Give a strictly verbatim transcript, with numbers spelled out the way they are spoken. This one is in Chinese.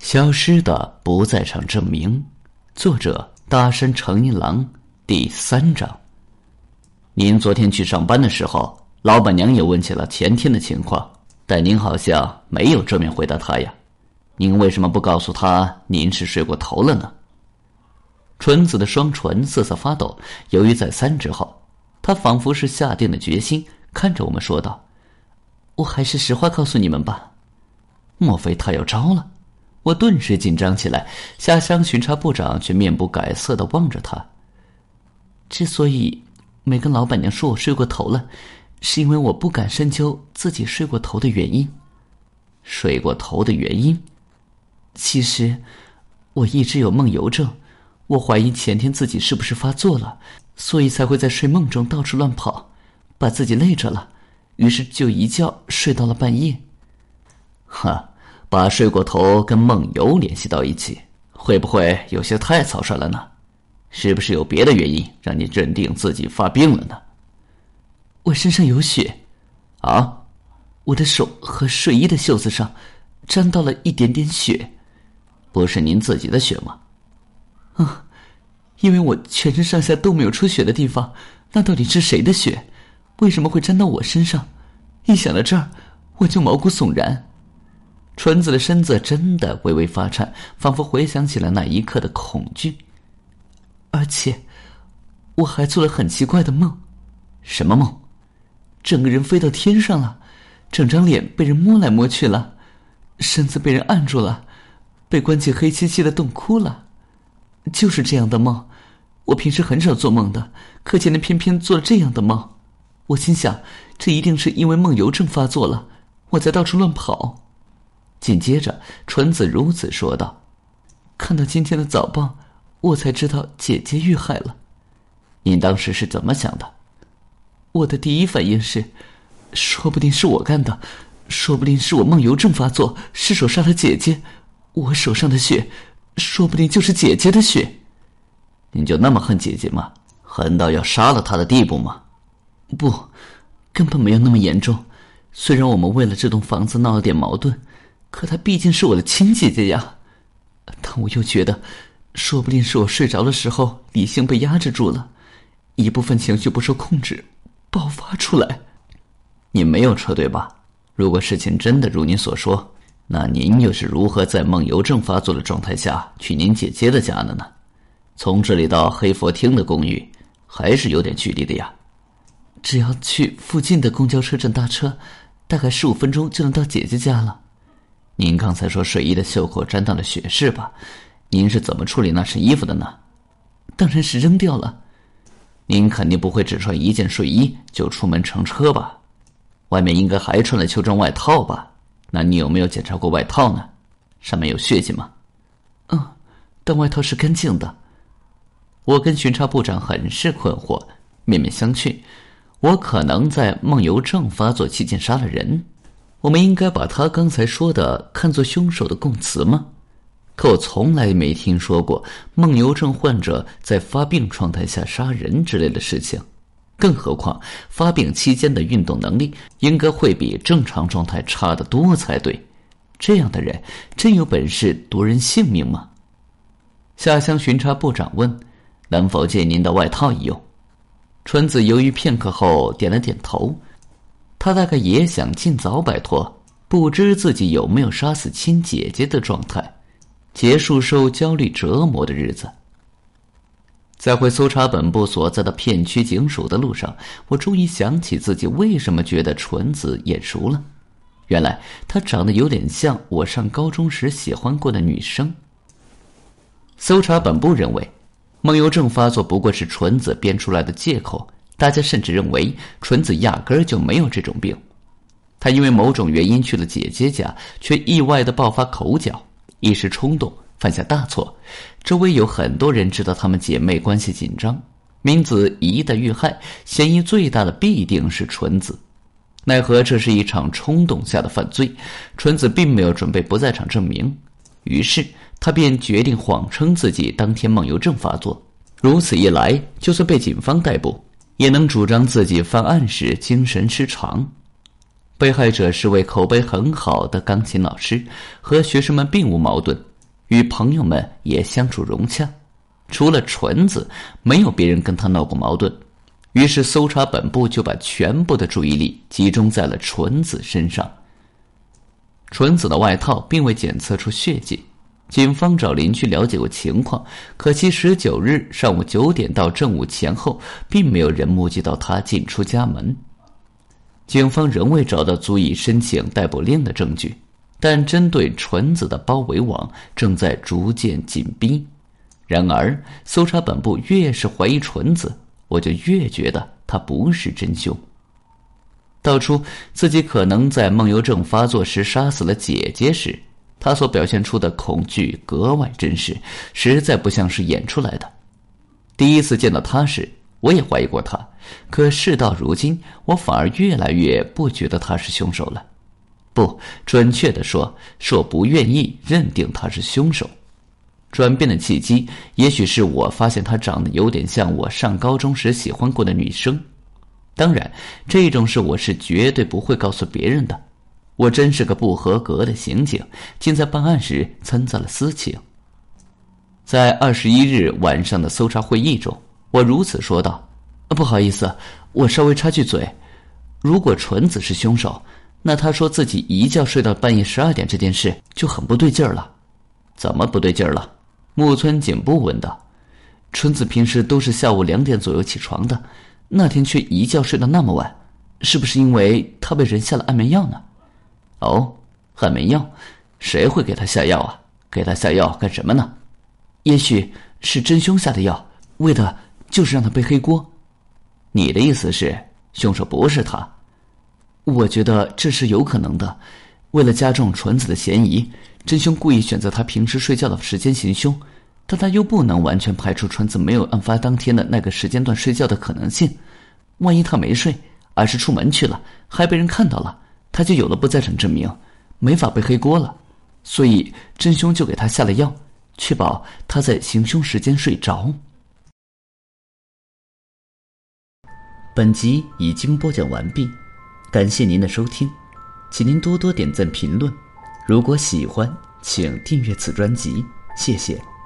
消失的不在场证明，作者大山诚一郎，第三章。您昨天去上班的时候，老板娘也问起了前天的情况，但您好像没有正面回答她呀。您为什么不告诉她您是睡过头了呢？纯子的双唇瑟瑟发抖，犹豫再三之后，她仿佛是下定了决心，看着我们说道：我还是实话告诉你们吧。莫非他要招了？我顿时紧张起来，下乡巡查部长却面不改色地望着他。之所以没跟老板娘说我睡过头了，是因为我不敢深究自己睡过头的原因。睡过头的原因？其实我一直有梦游症，我怀疑前天自己是不是发作了，所以才会在睡梦中到处乱跑，把自己累着了，于是就一觉睡到了半夜。哈，把睡过头跟梦游联系到一起，会不会有些太草率了呢？是不是有别的原因让你认定自己发病了呢？我身上有血。啊？我的手和睡衣的袖子上沾到了一点点血。不是您自己的血吗？啊，因为我全身上下都没有出血的地方，那到底是谁的血？为什么会沾到我身上？一想到这儿，我就毛骨悚然。纯子的身子真的微微发颤，仿佛回想起了那一刻的恐惧。而且我还做了很奇怪的梦。什么梦？整个人飞到天上了，整张脸被人摸来摸去了，身子被人按住了，被关进黑漆漆的洞窟了。就是这样的梦，我平时很少做梦的，可前天偏偏做了这样的梦。我心想，这一定是因为梦游症发作了，我在到处乱跑。紧接着纯子如此说道：看到今天的早报，我才知道姐姐遇害了。您当时是怎么想的？我的第一反应是，说不定是我干的，说不定是我梦游症发作，失手杀了姐姐，我手上的血说不定就是姐姐的血。您就那么恨姐姐吗？恨到要杀了她的地步吗？不，根本没有那么严重。虽然我们为了这栋房子闹了点矛盾，可她毕竟是我的亲姐姐呀。但我又觉得，说不定是我睡着的时候理性被压制住了，一部分情绪不受控制爆发出来。你没有车对吧？如果事情真的如您所说，那您又是如何在梦游症发作的状态下去您姐姐的家的呢？从这里到黑佛厅的公寓还是有点距离的呀。只要去附近的公交车站搭车，大概十五分钟就能到姐姐家了。您刚才说睡衣的袖口沾到了血是吧？您是怎么处理那身衣服的呢？当然是扔掉了。您肯定不会只穿一件睡衣就出门乘车吧？外面应该还穿了秋装外套吧？那你有没有检查过外套呢？上面有血迹吗？嗯，但外套是干净的。我跟巡查部长很是困惑，面面相觑。我可能在梦游症发作期间杀了人，我们应该把他刚才说的看作凶手的供词吗？可我从来没听说过梦游症患者在发病状态下杀人之类的事情，更何况发病期间的运动能力应该会比正常状态差得多才对。这样的人真有本事夺人性命吗？下乡巡查部长问：能否借您的外套一用？纯子犹豫片刻后点了点头，他大概也想尽早摆脱不知自己有没有杀死亲姐姐的状态，结束受焦虑折磨的日子。在回搜查本部所在的片区警署的路上，我终于想起自己为什么觉得纯子眼熟了。原来她长得有点像我上高中时喜欢过的女生。搜查本部认为梦游症发作不过是纯子编出来的借口，大家甚至认为纯子压根儿就没有这种病。她因为某种原因去了姐姐家，却意外地爆发口角，一时冲动犯下大错。周围有很多人知道她们姐妹关系紧张，明子一旦遇害，嫌疑最大的必定是纯子。奈何这是一场冲动下的犯罪，纯子并没有准备不在场证明，于是他便决定谎称自己当天梦游症发作。如此一来，就算被警方逮捕，也能主张自己犯案时精神失常。被害者是位口碑很好的钢琴老师，和学生们并无矛盾， 与朋友们也相处融洽，除了纯子，没有别人跟他闹过矛盾。于是搜查本部就把全部的注意力集中在了纯子身上。纯子的外套并未检测出血迹，警方找邻居了解过情况，可惜十九日上午九点到正午前后，并没有人目击到他进出家门。警方仍未找到足以申请逮捕令的证据，但针对纯子的包围网正在逐渐紧逼。然而搜查本部越是怀疑纯子，我就越觉得他不是真凶。道出自己可能在梦游症发作时杀死了姐姐时，他所表现出的恐惧格外真实，实在不像是演出来的。第一次见到他时，我也怀疑过他，可事到如今，我反而越来越不觉得他是凶手了。不，准确地说，是我不愿意认定他是凶手。转变的契机，也许是我发现他长得有点像我上高中时喜欢过的女生。当然，这种事我是绝对不会告诉别人的。我真是个不合格的刑警，竟在办案时掺杂了私情。在二十一日晚上的搜查会议中，我如此说道：“不好意思，我稍微插句嘴。如果纯子是凶手，那他说自己一觉睡到半夜十二点这件事就很不对劲儿了。”“怎么不对劲儿了？”木村警部问道。“纯子平时都是下午两点左右起床的，那天却一觉睡到那么晚，是不是因为他被人下了安眠药呢？”“哦，安眠药？谁会给他下药啊？给他下药干什么呢？”“也许是真凶下的药，为的就是让他背黑锅。”“你的意思是凶手不是他？”“我觉得这是有可能的。为了加重纯子的嫌疑，真凶故意选择他平时睡觉的时间行凶，但他又不能完全排除纯子没有案发当天的那个时间段睡觉的可能性。万一他没睡，而是出门去了，还被人看到了，他就有了不在场证明，没法背黑锅了。所以真凶就给他下了药，确保他在行凶时间睡着。”本集已经播讲完毕，感谢您的收听，请您多多点赞评论。如果喜欢，请订阅此专辑，谢谢。